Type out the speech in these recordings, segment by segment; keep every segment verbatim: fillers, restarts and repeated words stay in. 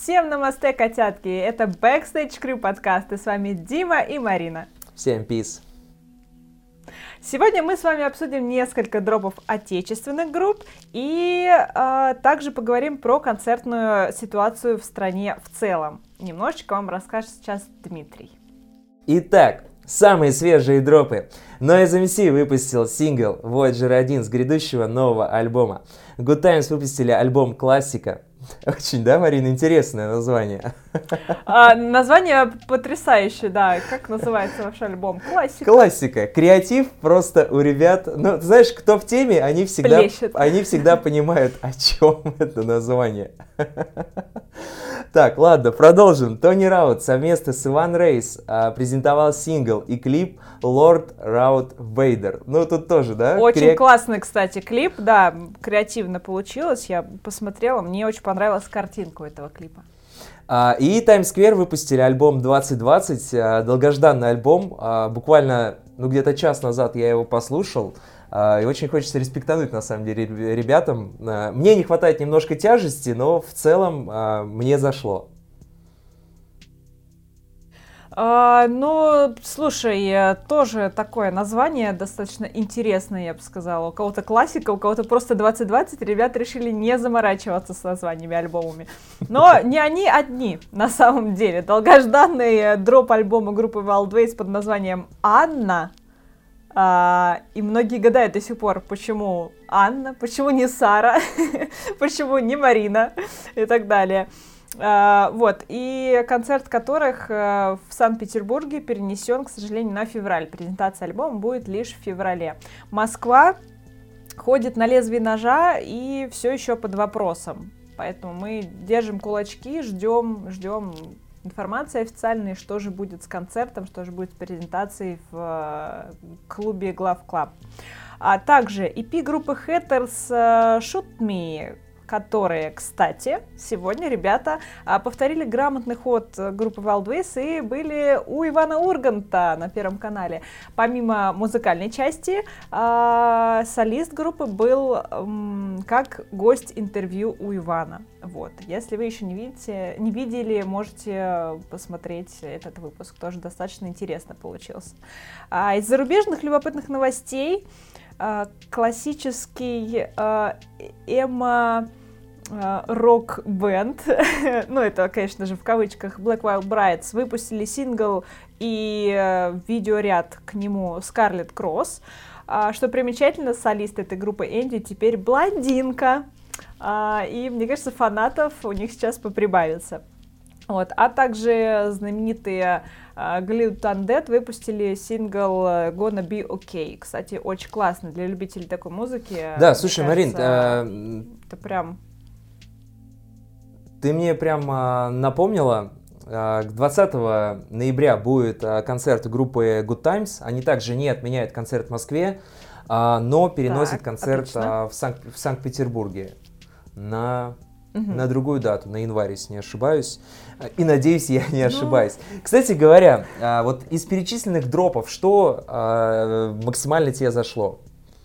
Всем намасте, котятки! Это Backstage Crew подкаст, и с вами Дима и Марина. Всем пис! Сегодня мы с вами обсудим несколько дропов отечественных групп и э, также поговорим про концертную ситуацию в стране в целом. Немножечко вам расскажет сейчас Дмитрий. Итак, самые свежие дропы. Noise эм си выпустил сингл Voyager один с грядущего нового альбома. Good Times выпустили альбом «Классика». Очень, да, Марина, интересное название. А, название потрясающее, да. Как называется ваш альбом? Классика. Классика. Креатив просто у ребят. Ну, ты знаешь, кто в теме, они всегда, они всегда понимают, о чем это название. Так, ладно, продолжим. Тони Раут совместно с Иван Рейс а, презентовал сингл и клип Lord Raut Vader. Ну, тут тоже, да? Очень Кре... классный, кстати, клип, да, креативно получилось. Я посмотрела, мне очень понравилась картинка этого клипа. А, и Times Square выпустили альбом двадцать двадцать, а, долгожданный альбом. А, буквально, ну, где-то час назад я его послушал. И очень хочется респектануть, на самом деле, ребятам. Мне не хватает немножко тяжести, но в целом мне зашло. А, ну, слушай, тоже такое название достаточно интересное, я бы сказала. У кого-то классика, у кого-то просто двадцать двадцать. Ребята решили не заморачиваться с названиями альбомами. Но не они одни, на самом деле. Долгожданный дроп альбома группы Wildways под названием «Анна». А, и многие гадают до сих пор, почему Анна, почему не Сара, почему не Марина и так далее. А, вот, и концерт которых а, в Санкт-Петербурге перенесен, к сожалению, на февраль. Презентация альбома будет лишь в феврале. Москва ходит на лезвии ножа и все еще под вопросом. Поэтому мы держим кулачки, ждем, ждем информации официальной, что же будет с концертом, что же будет с презентацией в э, клубе Glove Club. А также и пи группы Hatters uh, Shoot Me, которые, кстати, сегодня ребята а, повторили грамотный ход группы Wildways и были у Ивана Урганта на Первом канале. Помимо музыкальной части, а, солист группы был м, как гость интервью у Ивана. Вот. Если вы еще не видите, не видели, можете посмотреть этот выпуск. Тоже достаточно интересно получился. А, из зарубежных любопытных новостей а, классический а, эмо рок-бенд, ну это, конечно же, в кавычках, Black Wild Brides, выпустили сингл и э, видеоряд к нему Scarlet Cross. А, что примечательно, солист этой группы Энди теперь блондинка, а, и, мне кажется, фанатов у них сейчас поприбавится. Вот. А также знаменитые uh, Glued Undead выпустили сингл Gonna Be Okay. Кстати, очень классно для любителей такой музыки. Да, слушай, кажется, Марин, а... это прям... Ты мне прям а, напомнила, а, двадцатого ноября будет а, концерт группы Good Times. Они также не отменяют концерт в Москве, а, но переносят так, концерт а, в, Санк- в Санкт-Петербурге на, угу. на другую дату, на январь, если не ошибаюсь. И надеюсь, я не ошибаюсь. Ну... Кстати говоря, а, вот из перечисленных дропов, что а, максимально тебе зашло?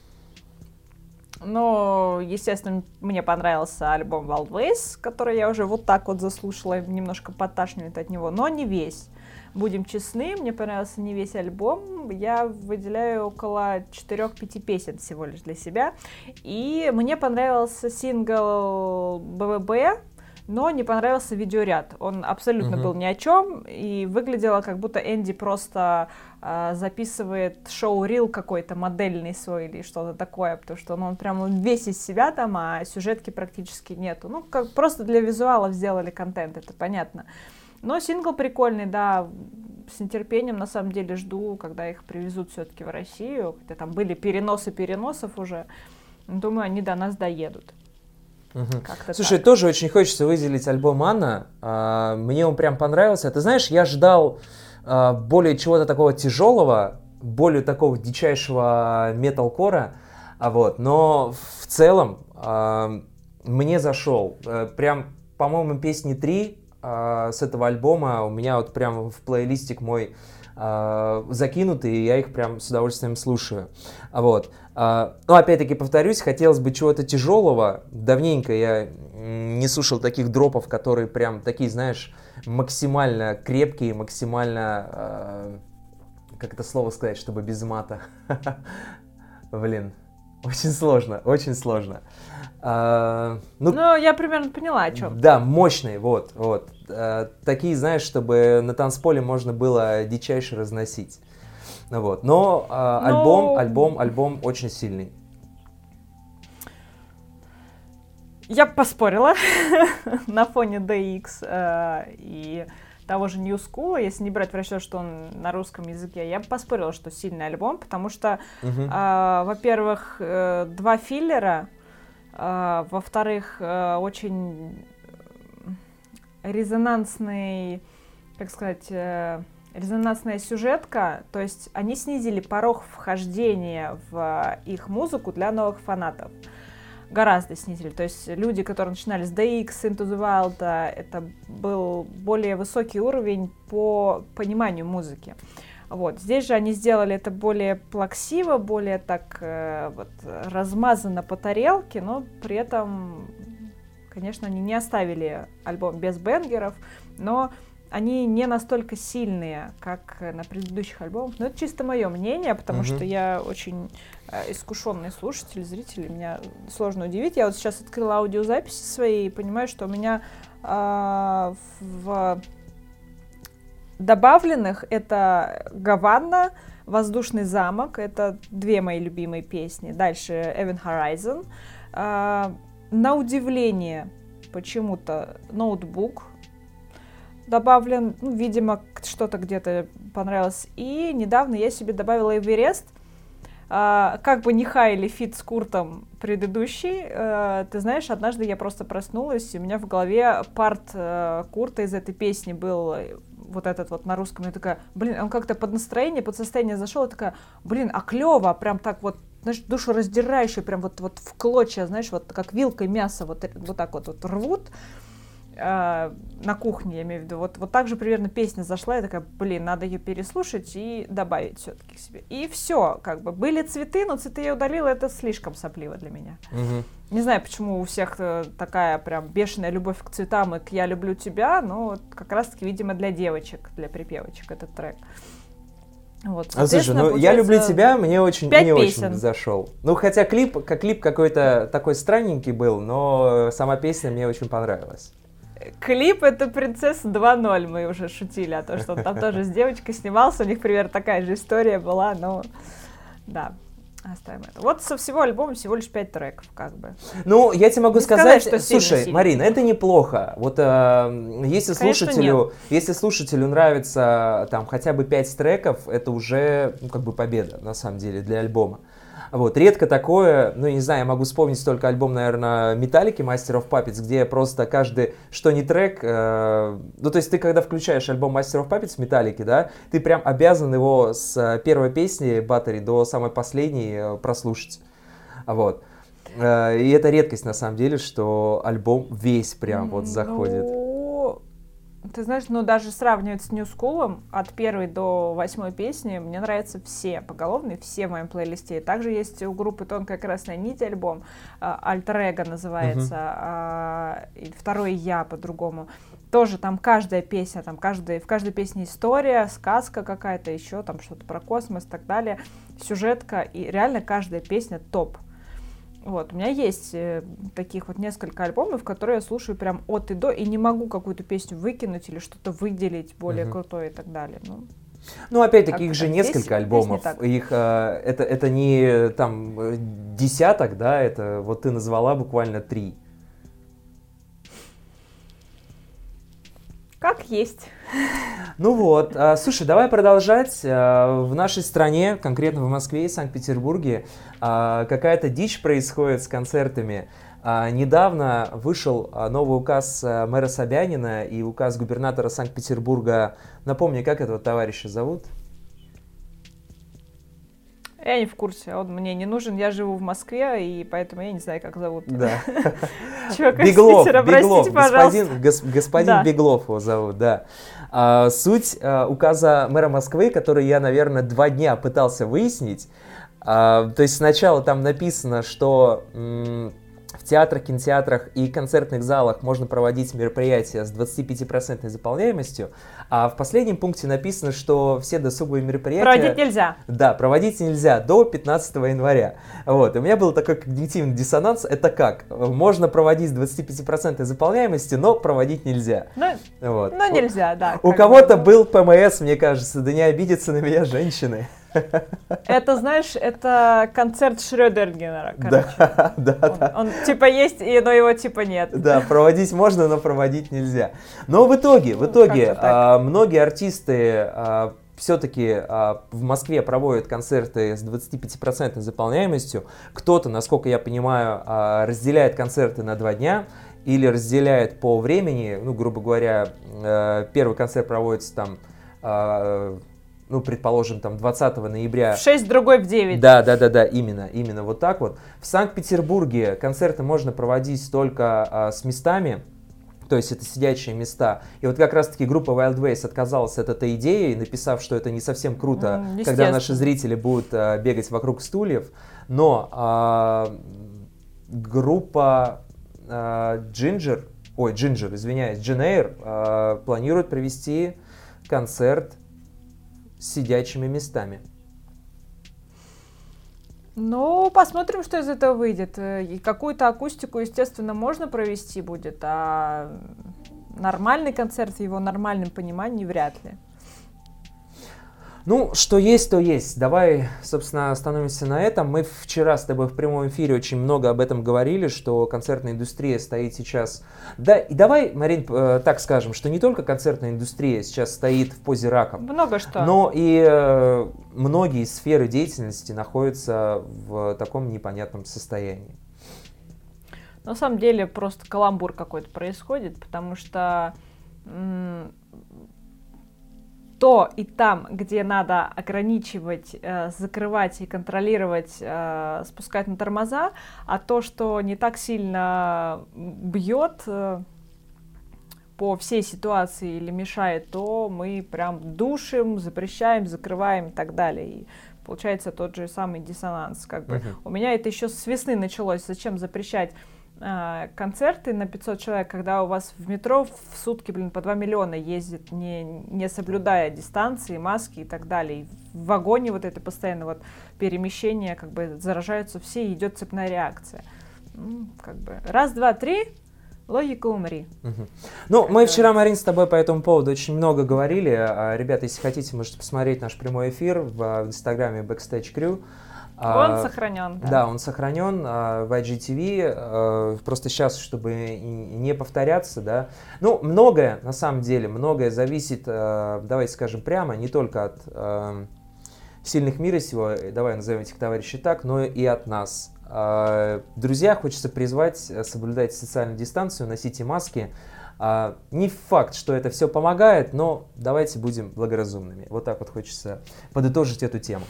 Ну, естественно, мне понравился альбом Wildways, который я уже вот так вот заслушала, немножко подташнивает от него, но не весь. Будем честны, мне понравился не весь альбом, я выделяю около четырех-пяти песен всего лишь для себя. И мне понравился сингл бэ вэ бэ, но не понравился видеоряд. Он абсолютно uh-huh. был ни о чем, и выглядело, как будто Энди просто э, записывает шоу-рил какой-то модельный свой или что-то такое, потому что ну, он прям весь из себя там, а сюжетки практически нету. Ну, как просто для визуалов сделали контент, это понятно. Но сингл прикольный, да, с нетерпением на самом деле жду, когда их привезут все-таки в Россию, хотя там были переносы переносов уже. Думаю, они до нас доедут. Угу. Слушай, так. Тоже очень хочется выделить альбом «Анна». А, мне он прям понравился. Ты знаешь, я ждал а, более чего-то такого тяжелого, более такого дичайшего металкора, а вот, но в целом а, мне зашел. А, прям, по-моему, песни три а, с этого альбома у меня вот прям в плейлистик мой э, закинуты, и я их прям с удовольствием слушаю. Вот. Э, ну, опять-таки, повторюсь, хотелось бы чего-то тяжелого. Давненько я не слушал таких дропов, которые прям такие, знаешь, максимально крепкие, максимально... Э, как это слово сказать, чтобы без мата? Блин, очень сложно, очень сложно. А, ну, ну, я примерно поняла, о чем. Да, мощные, вот, вот. А, такие, знаешь, чтобы на танцполе можно было дичайше разносить. Вот. Но а, Но... альбом, альбом, альбом очень сильный. Я поспорила на фоне ди икс э, и того же New School, если не брать в расчет, что он на русском языке, я бы поспорила, что сильный альбом, потому что, Uh-huh. э, во-первых, э, два филлера, э, во-вторых, э, очень резонансный, как сказать, э, резонансная сюжетка, то есть они снизили порог вхождения в их музыку для новых фанатов. Гораздо снизили. То есть люди, которые начинали с ди икс, Into the Wild, это был более высокий уровень по пониманию музыки. Вот. Здесь же они сделали это более плаксиво, более так э, вот, размазано по тарелке, но при этом, конечно, они не оставили альбом без бенгеров, но они не настолько сильные, как на предыдущих альбомах. Но это чисто мое мнение, потому mm-hmm. что я очень э, искушенный слушатель, зритель, меня сложно удивить. Я вот сейчас открыла аудиозаписи свои и понимаю, что у меня э, в добавленных это «Гавана», «Воздушный замок», это две мои любимые песни. Дальше «Event Horizon». Э, на удивление почему-то «Ноутбук» добавлен, ну, видимо, что-то где-то понравилось. И недавно я себе добавила Эверест. А, как бы не хайли фит с Куртом предыдущий, а, ты знаешь, однажды я просто проснулась, и у меня в голове парт а, Курта из этой песни был вот этот вот на русском. Я такая, блин, он как-то под настроение, под состояние зашел, я такая, блин, а клево, прям так вот, знаешь, душераздирающе, прям вот, вот в клочья, знаешь, вот как вилкой мясо вот, вот так вот, вот рвут. Uh, на кухне, я имею в виду. Вот, вот так же примерно песня зашла, я такая, блин, надо ее переслушать и добавить все-таки к себе. И все, как бы, были цветы, но цветы я удалила, это слишком сопливо для меня. Uh-huh. Не знаю, почему у всех такая прям бешеная любовь к цветам и к «Я люблю тебя», но вот как раз-таки, видимо, для девочек, для припевочек этот трек. Вот, а слушай, ну «Я люблю тебя» мне очень, мне очень зашел. Ну, хотя клип, как клип какой-то такой странненький был, но сама песня мне очень понравилась. Клип — это «Принцесса два ноль», мы уже шутили о том, что он там тоже с девочкой снимался, у них примерно такая же история была, но да, оставим это. Вот со всего альбома всего лишь пять треков, как бы. Ну, я тебе могу не сказать, сказать, что слушай, сильно, Марина, это неплохо. Вот э, если слушателю, если слушателю нравится там хотя бы пять треков, это уже, ну, как бы победа, на самом деле, для альбома. Вот, редко такое, ну, не знаю, я могу вспомнить только альбом, наверное, Металлики, Master of Puppets, где просто каждый, что не трек, э, ну, то есть ты, когда включаешь альбом Master of Puppets Металлики, да, ты прям обязан его с первой песни Battery до самой последней э, прослушать, вот. Э, и это редкость, на самом деле, что альбом весь прям вот заходит. Ну, ты знаешь, ну, даже сравнивать с New School, от первой до восьмой песни, мне нравятся все поголовные, все в моем плейлисте. Также есть у группы «Тонкая красная нить» альбом, «Alter Ego» называется, uh-huh. и «Второй я» по-другому. Тоже там каждая песня, там каждая, в каждой песне история, сказка какая-то, еще там что-то про космос и так далее, сюжетка, и реально каждая песня топ. Вот, у меня есть э, таких вот несколько альбомов, которые я слушаю прям от и до, и не могу какую-то песню выкинуть или что-то выделить более uh-huh. крутое и так далее. Ну, ну опять-таки, их же несколько альбомов, их, э, это, это не там десяток, да, это вот ты назвала буквально три. Как есть. Ну вот, а, слушай, давай продолжать. А, в нашей стране, конкретно в Москве и Санкт-Петербурге, а, какая-то дичь происходит с концертами. А, недавно вышел новый указ мэра Собянина и указ губернатора Санкт-Петербурга. Напомни, как этого товарища зовут? Я не в курсе, он мне не нужен, я живу в Москве, и поэтому я не знаю, как зовут. Да. Чувак из Беглов, Питера, Беглов, простите, пожалуйста. господин, гос, господин Да. Беглов его зовут, да. А, суть а, указа мэра Москвы, который я, наверное, два дня пытался выяснить. А, то есть сначала там написано, что м, в театрах, кинотеатрах и концертных залах можно проводить мероприятия с двадцатипятипроцентной заполняемостью, а в последнем пункте написано, что все досуговые мероприятия... Проводить нельзя. Да, проводить нельзя до пятнадцатого января. Вот. И у меня был такой когнитивный диссонанс. Это как? Можно проводить с двадцатипятипроцентной заполняемостью, но проводить нельзя. Ну, вот. ну нельзя, да. У кого-то был ПМС, мне кажется, да не обидятся на меня женщины. Это, знаешь, это концерт Шрёдингера, короче. Да, да, он, да. Он типа есть, но его типа нет. Да, проводить можно, но проводить нельзя. Но в итоге, в итоге а, многие артисты а, все-таки а, в Москве проводят концерты с двадцатипятипроцентной заполняемостью. Кто-то, насколько я понимаю, а, разделяет концерты на два дня или разделяет по времени. Ну, грубо говоря, а, первый концерт проводится там... А, ну, предположим, там двадцатого ноября. В шесть, другой в девять. Да, да, да, да, именно, именно вот так вот. В Санкт-Петербурге концерты можно проводить только а, с местами, то есть это сидячие места. И вот как раз-таки группа Wild Ways отказалась от этой идеи, написав, что это не совсем круто, mm, когда наши зрители будут а, бегать вокруг стульев. Но а, группа а, Ginger, ой, Ginger, извиняюсь, Дженейр а, планирует провести концерт с сидячими местами. Ну, посмотрим, что из этого выйдет. И какую-то акустику, естественно, можно провести будет, а нормальный концерт в его нормальном понимании вряд ли. Ну, что есть, то есть. Давай, собственно, остановимся на этом. Мы вчера с тобой в прямом эфире очень много об этом говорили, что концертная индустрия стоит сейчас... Да, и давай, Марин, э, так скажем, что не только концертная индустрия сейчас стоит в позе рака. Много что. Но и э, многие сферы деятельности находятся в таком непонятном состоянии. На самом деле просто каламбур какой-то происходит, потому что... М- то и там, где надо ограничивать, э, закрывать и контролировать, э, спускать на тормоза, а то, что не так сильно бьет э, по всей ситуации или мешает, то мы прям душим, запрещаем, закрываем и так далее. И получается тот же самый диссонанс. Как бы. Uh-huh. У меня это еще с весны началось. Зачем запрещать концерты на пятьсот человек, когда у вас в метро в сутки, блин, по два миллиона ездит, не, не соблюдая дистанции, маски и так далее. И в вагоне вот это постоянно вот перемещение, как бы заражаются все, и идет цепная реакция. Ну, как бы раз, два, три, логика умри. Угу. Ну, как мы вчера, Марин, с тобой по этому поводу очень много говорили. Ребята, если хотите, можете посмотреть наш прямой эфир в, в инстаграме Backstage Crew. Он а, сохранен. Да. да, он сохранен а, в ай джи ти ви. А, просто сейчас, чтобы не повторяться, да. Ну, многое, на самом деле, многое зависит, а, давайте скажем прямо, не только от а, сильных мира сего, давай назовем этих товарищей так, но и от нас. А, друзья, хочется призвать соблюдать социальную дистанцию, носите маски. А, не факт, что это все помогает, но давайте будем благоразумными. Вот так вот хочется подытожить эту тему.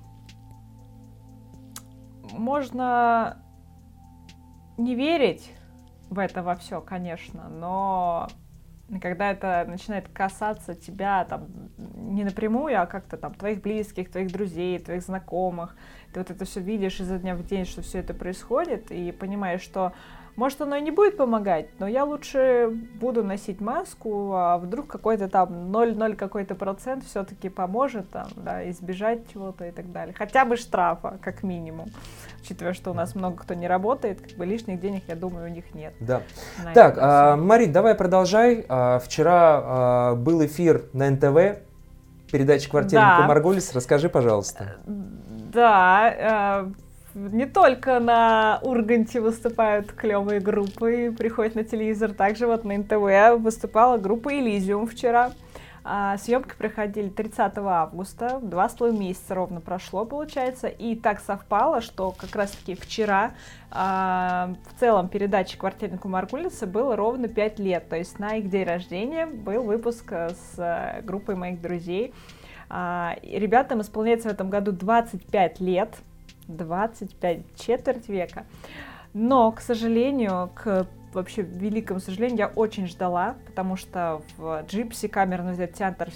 Можно не верить в это во все, конечно, но когда это начинает касаться тебя там не напрямую, а как-то там твоих близких, твоих друзей, твоих знакомых, ты вот это все видишь изо дня в день, что все это происходит, и понимаешь, что может, оно и не будет помогать, но я лучше буду носить маску, а вдруг какой-то там ноль целых ноль какой-то процент все-таки поможет там, да, избежать чего-то и так далее. Хотя бы штрафа, как минимум. Учитывая, что у нас много кто не работает, как бы лишних денег, я думаю, у них нет. Да. Так, а, Марин, давай продолжай. А, вчера а, был эфир на эн тэ вэ, передача «Квартирнику да. Маргулис». Расскажи, пожалуйста. Да, не только на Урганте выступают клевые группы, приходят на телевизор, также вот на эн тэ вэ выступала группа Elysium вчера. А, съемки проходили тридцатого августа, два с половиной месяца ровно прошло, получается, и так совпало, что как раз-таки вчера а, в целом передаче «Квартирнику Маргулиса» было ровно пять лет, то есть на их день рождения был выпуск с группой моих друзей. Ребятам исполняется в этом году двадцать пять лет, двадцать пять, четверть века. Но, к сожалению, к вообще великому сожалению, я очень ждала, потому что в Gypsy камерный театр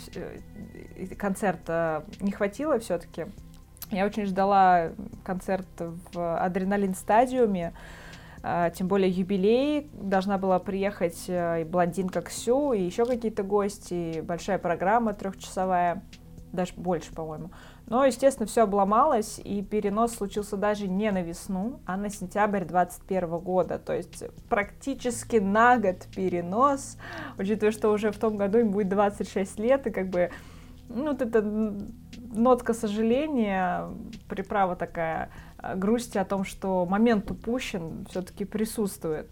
концерта не хватило все-таки. Я очень ждала концерт в Адреналин стадиуме, тем более юбилей. Должна была приехать и блондинка Ксю, и еще какие-то гости, и большая программа трехчасовая, даже больше, по-моему. Но, естественно, все обломалось, и перенос случился даже не на весну, а на сентябрь двадцать первого года. То есть практически на год перенос, учитывая, что уже в том году им будет двадцать шесть лет, и как бы, ну, вот эта нотка сожаления, приправа такая грусти о том, что момент упущен, все-таки присутствует.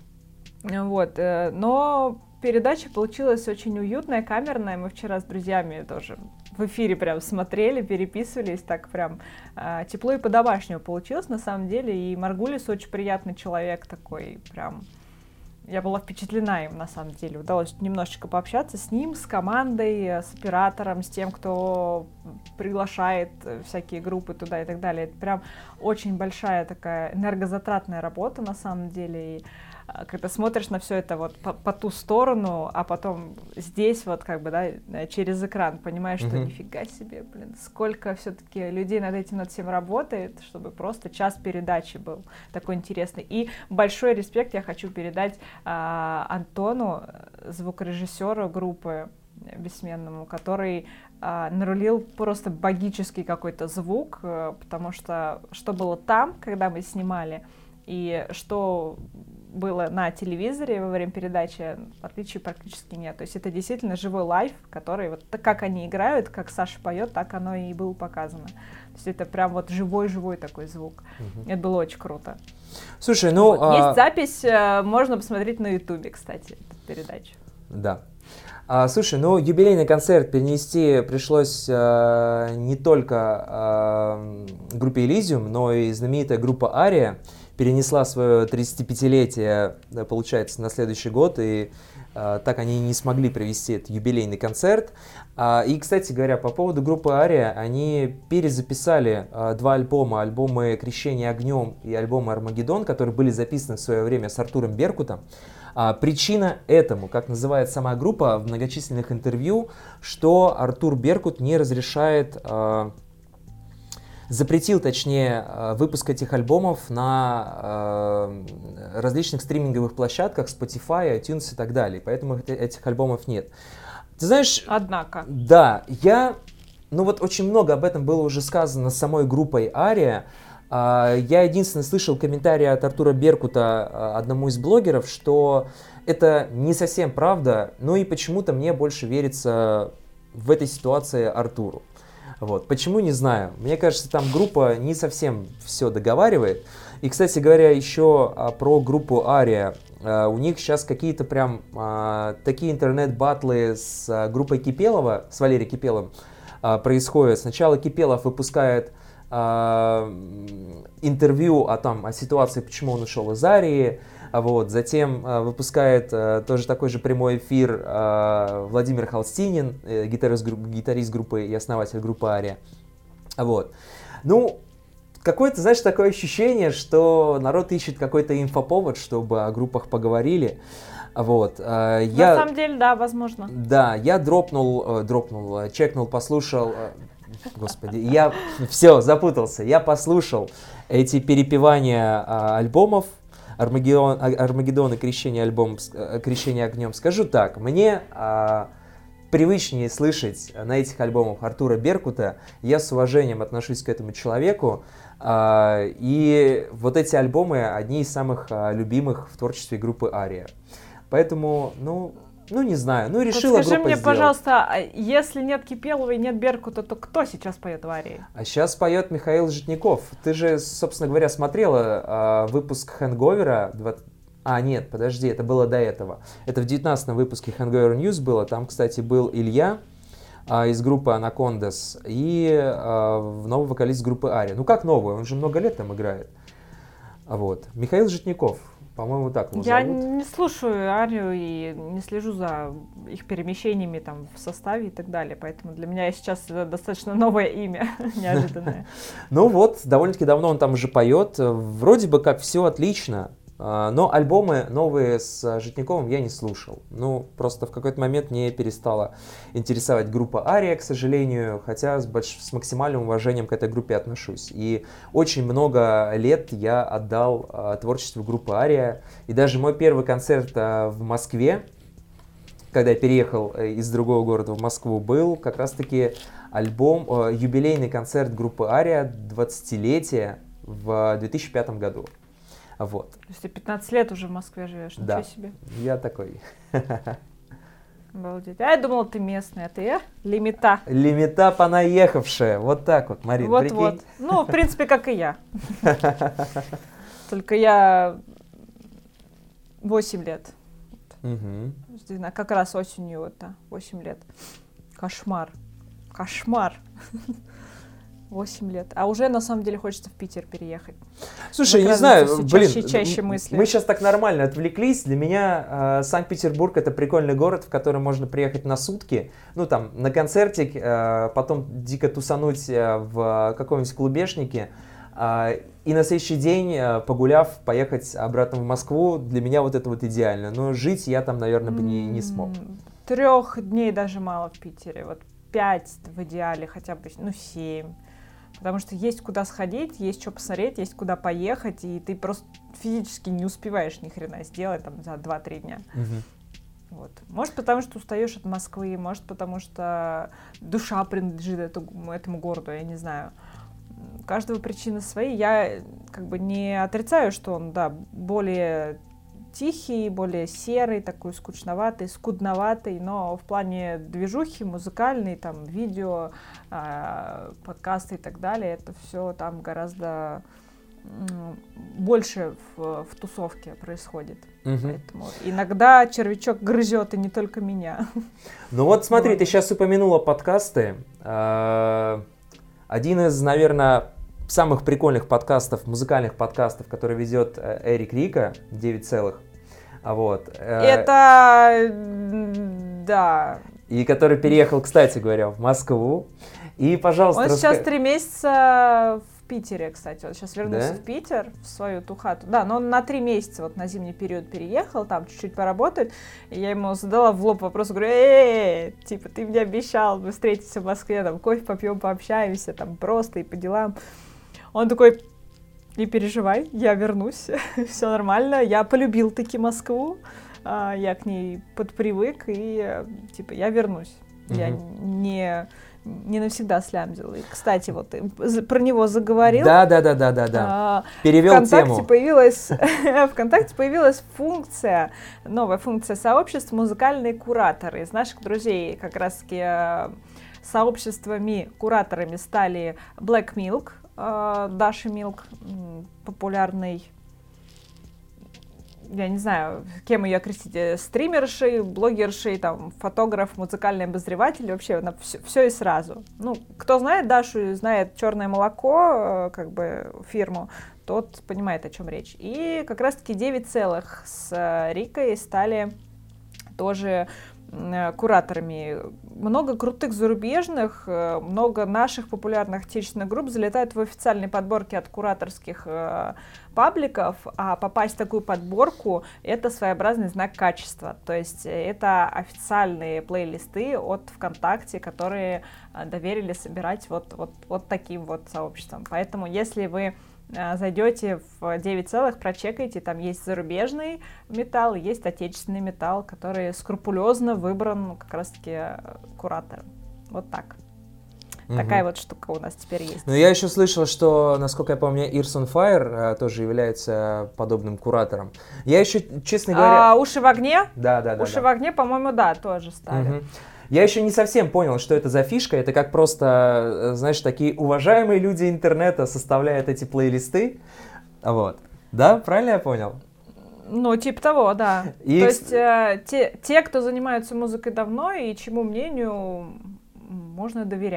Вот, но передача получилась очень уютная, камерная. Мы вчера с друзьями тоже в эфире прям смотрели, переписывались, так прям э, тепло и по-домашнему получилось на самом деле. И Маргулис очень приятный человек такой, прям. Я была впечатлена им на самом деле. Удалось немножечко пообщаться с ним, с командой, с оператором, с тем, кто приглашает всякие группы туда и так далее. Это прям очень большая такая энергозатратная работа на самом деле. И когда смотришь на все это вот по, по ту сторону, а потом здесь вот как бы, да, через экран, понимаешь, что mm-hmm. нифига себе, блин, сколько все-таки людей над этим, над всем работает, чтобы просто час передачи был такой интересный. И большой респект я хочу передать а, Антону, звукорежиссеру группы бессменному, который а, нарулил просто богический какой-то звук, потому что что было там, когда мы снимали, и что было на телевизоре во время передачи, отличий практически нет. То есть это действительно живой лайв, который вот как они играют, как Саша поет, так оно и было показано. То есть это прям вот живой-живой такой звук. Угу. Это было очень круто. Слушай, ну... Вот. А... Есть запись, можно посмотреть на Ютубе, кстати, эту передачу. Да. А, слушай, ну юбилейный концерт перенести пришлось а, не только а, группе Elysium, но и знаменитая группа Ария перенесла свое тридцатипятилетие, да, получается, на следующий год, и а, так они не смогли провести этот юбилейный концерт. А, и, кстати говоря, по поводу группы Ария, они перезаписали а, два альбома, альбомы «Крещение огнем» и альбомы «Армагеддон», которые были записаны в свое время с Артуром Беркутом. А, причина этому, как называет сама группа в многочисленных интервью, что Артур Беркут не разрешает... А, запретил, точнее, выпуск этих альбомов на э, различных стриминговых площадках, Spotify, iTunes и так далее. Поэтому этих альбомов нет. Ты знаешь... Однако. Да, я... Ну вот очень много об этом было уже сказано самой группой Ария. Э, я единственное слышал комментарий от Артура Беркута, э, одному из блогеров, что это не совсем правда, но и почему-то мне больше верится в этой ситуации Артуру. Вот. Почему, не знаю. Мне кажется, там группа не совсем все договаривает. И, кстати говоря, еще а, про группу Ария. А, у них сейчас какие-то прям а, такие интернет-баттлы с а, группой Кипелова, с Валерием Кипеловым а, происходят. Сначала Кипелов выпускает а, интервью о, там, о ситуации, почему он ушел из Арии. Вот. Затем э, выпускает э, тоже такой же прямой эфир э, Владимир Холстинин, э, гитарист, гитарист группы и основатель группы Ария. Вот. Ну, какое-то, знаешь, такое ощущение, что народ ищет какой-то инфоповод, чтобы о группах поговорили. Вот. Э, я, На самом деле, да, возможно. Да, я дропнул, э, дропнул, э, чекнул, послушал... Э, Господи, я все, запутался. Я послушал эти перепевания э, альбомов, Армагеддон, Армагеддон и Крещение, альбом, Крещение огнем. Скажу так, мне а, привычнее слышать на этих альбомах Артура Беркута. Я с уважением отношусь к этому человеку. А, и вот эти альбомы одни из самых а, любимых в творчестве группы Ария. Поэтому, ну... Ну, не знаю. Ну, решила вот скажи группа мне, сделать. Пожалуйста, если нет Кипелова и нет Беркута, то кто сейчас поет в Арии? А сейчас поет Михаил Житников. Ты же, собственно говоря, смотрела а, выпуск Хэнговера. двадцать... А, нет, подожди, это было до этого. Это в девятнадцатом выпуске Hangover News было. Там, кстати, был Илья а, из группы Anacondas и а, новый вокалист группы Ария. Ну, как новый? Он же много лет там играет. Вот. Михаил Житников. По-моему, так его Я зовут. не слушаю Арию и не слежу за их перемещениями там в составе и так далее, поэтому для меня сейчас это достаточно новое имя, неожиданное. Ну вот, довольно-таки давно он там уже поет. Вроде бы как все отлично, но альбомы новые с Житниковым я не слушал. Ну, просто в какой-то момент мне перестала интересовать группа Ария, к сожалению, хотя с, больш... с максимальным уважением к этой группе отношусь. И очень много лет я отдал а, творчеству группы Ария. И даже мой первый концерт а, в Москве, когда я переехал из другого города в Москву, был как раз-таки альбом, а, юбилейный концерт группы Ария, двадцатилетие в две тысячи пятом году. Вот. То есть ты пятнадцать лет уже в Москве живешь, ничего да, себе. Я такой. Обалдеть. А я думала, ты местный, а ты э? Лимита. Лимита понаехавшая. Вот так вот, Марин, Вот, прикинь. вот. Ну, в принципе, как и я. Только я восемь лет. Угу. Как раз осенью вот, да, восемь лет. Кошмар. Кошмар. восемь лет. А уже на самом деле хочется в Питер переехать. Слушай, не знаю, блин, чаще, чаще мысли. Мы сейчас так нормально отвлеклись. Для меня э, Санкт-Петербург — это прикольный город, в который можно приехать на сутки, ну там на концертик, э, потом дико тусануть э, в каком-нибудь клубешнике, э, и на следующий день, э, погуляв, поехать обратно в Москву. Для меня вот это вот идеально. Но жить я там, наверное, бы не, не смог. Трех дней даже мало в Питере. Вот пять в идеале, хотя бы, ну семь. Потому что есть куда сходить, есть что посмотреть, есть куда поехать, и ты просто физически не успеваешь ни хрена сделать там за два-три дня. Угу. Вот. Может, потому что устаешь от Москвы, может, потому что душа принадлежит этому, этому городу, я не знаю. У каждого причины свои. Я как бы не отрицаю, что он, да, более тихий, более серый, такой скучноватый, скудноватый, но в плане движухи, музыкальной, там, видео, э, подкасты и так далее, это все там гораздо м, больше в, в тусовке происходит. Угу. Поэтому иногда червячок грызет, и не только меня. Ну вот смотри, ты сейчас упомянула подкасты. Один из, наверное, самых прикольных подкастов, музыкальных подкастов, который ведет Эрик Рика, девять целых. Вот. Это, да. И который переехал, кстати говоря, в Москву. И, пожалуйста, Он раска... сейчас три месяца в Питере, кстати. Он сейчас вернулся, да? В Питер, в свою ту хату. Да, но он на три месяца вот на зимний период переехал, там чуть-чуть поработает. И я ему задала в лоб вопрос, говорю, эй, типа, ты мне обещал, мы встретимся в Москве, там, кофе попьем, пообщаемся, там, просто и по делам. Он такой, не переживай, я вернусь, все нормально, я полюбил таки Москву, я к ней подпривык, и, типа, я вернусь. Mm-hmm. Я не, не навсегда слямзил. И, кстати, вот ты про него заговорил. Да, да, да, да, да, да. Перевел ВКонтакте тему. Появилась, ВКонтакте появилась функция, новая функция сообщества «Музыкальные кураторы». Из наших друзей как раз-таки сообществами, кураторами стали Black Milk, Даша Милк, популярный, я не знаю, кем ее окрестить, стримершей, блогершей, там, фотограф, музыкальный обозреватель, вообще на все, все и сразу. Ну, кто знает Дашу, знает «Черное молоко», как бы фирму, тот понимает, о чем речь. И как раз-таки девять целых с Рикой стали тоже кураторами. Много крутых зарубежных, много наших популярных отечественных групп залетают в официальные подборки от кураторских э, пабликов, а попасть в такую подборку — это своеобразный знак качества. То есть это официальные плейлисты от ВКонтакте, которые доверили собирать вот, вот, вот таким вот сообществом. Поэтому если вы зайдете в девять целых, прочекайте, там есть зарубежный металл, есть отечественный металл, который скрупулезно выбран как раз-таки куратором. Вот так. Угу. Такая вот штука у нас теперь есть. Ну, я еще слышал, что, насколько я помню, Ears on Fire тоже является подобным куратором. Я еще, честно говоря... А, Уши в огне? Да, да, да. Уши да. в огне, по-моему, да, тоже стали. Угу. Я еще не совсем понял, что это за фишка. Это как просто, знаешь, такие уважаемые люди интернета составляют эти плейлисты. Вот. Да, правильно я понял? Ну, типа того, да. И... То есть э, те, те, кто занимаются музыкой давно и чему мнению можно доверять.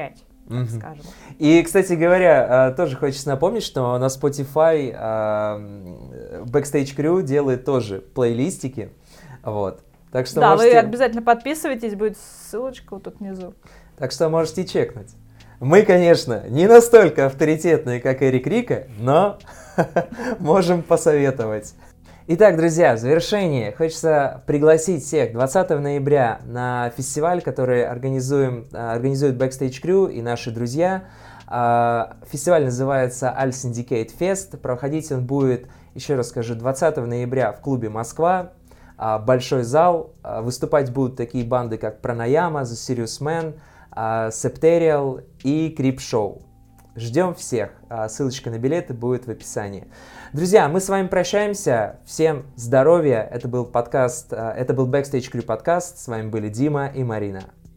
так mm-hmm. скажем. И, кстати говоря, тоже хочется напомнить, что на Spotify Backstage Crew делает тоже плейлистики, вот. Так что да, можете... вы обязательно подписывайтесь, будет ссылочка вот тут внизу. Так что можете чекнуть. Мы, конечно, не настолько авторитетные, как Эрик Рика, но можем посоветовать. Итак, друзья, в завершение хочется пригласить всех двадцатого ноября на фестиваль, который организуем, организует Backstage Crew и наши друзья. Фестиваль называется All Syndicate Fest. Проходить он будет, еще раз скажу, двадцатого ноября в клубе «Москва». Большой зал. Выступать будут такие банды, как Pranayama, The Serious Man, Septerial и Creepshow. Ждем всех. Ссылочка на билеты будет в описании. Друзья, мы с вами прощаемся. Всем здоровья. Это был подкаст, это был Backstage Crew подкаст. С вами были Дима и Марина.